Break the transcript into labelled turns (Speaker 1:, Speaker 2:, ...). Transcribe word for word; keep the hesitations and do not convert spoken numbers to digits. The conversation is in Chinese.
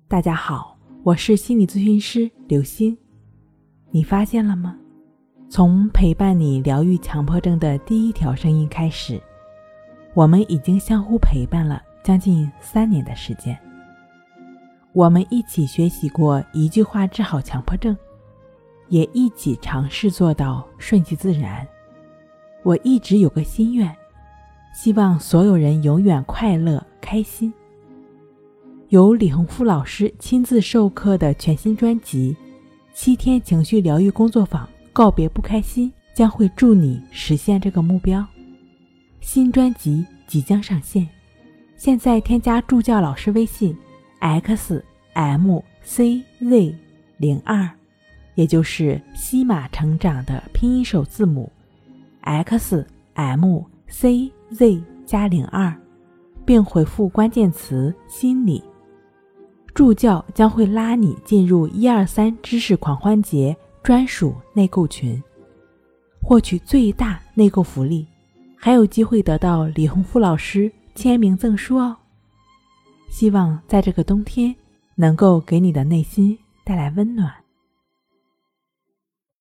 Speaker 1: 大家好，我是心理咨询师刘星。你发现了吗？从陪伴你疗愈强迫症的第一条声音开始，我们已经相互陪伴了将近三年的时间。我们一起学习过一句话治好强迫症，也一起尝试做到顺其自然。我一直有个心愿，希望所有人永远快乐开心。由李洪富老师亲自授课的全新专辑七天情绪疗愈工作坊告别不开心，将会助你实现这个目标。新专辑即将上线，现在添加助教老师微信 X M C Z 零二， 也就是西马成长的拼音首字母 X M C Z 加零二，并回复关键词心理，助教将会拉你进入一二三知识狂欢节专属内购群，获取最大内购福利，还有机会得到李洪富老师签名赠书哦。希望在这个冬天能够给你的内心带来温暖。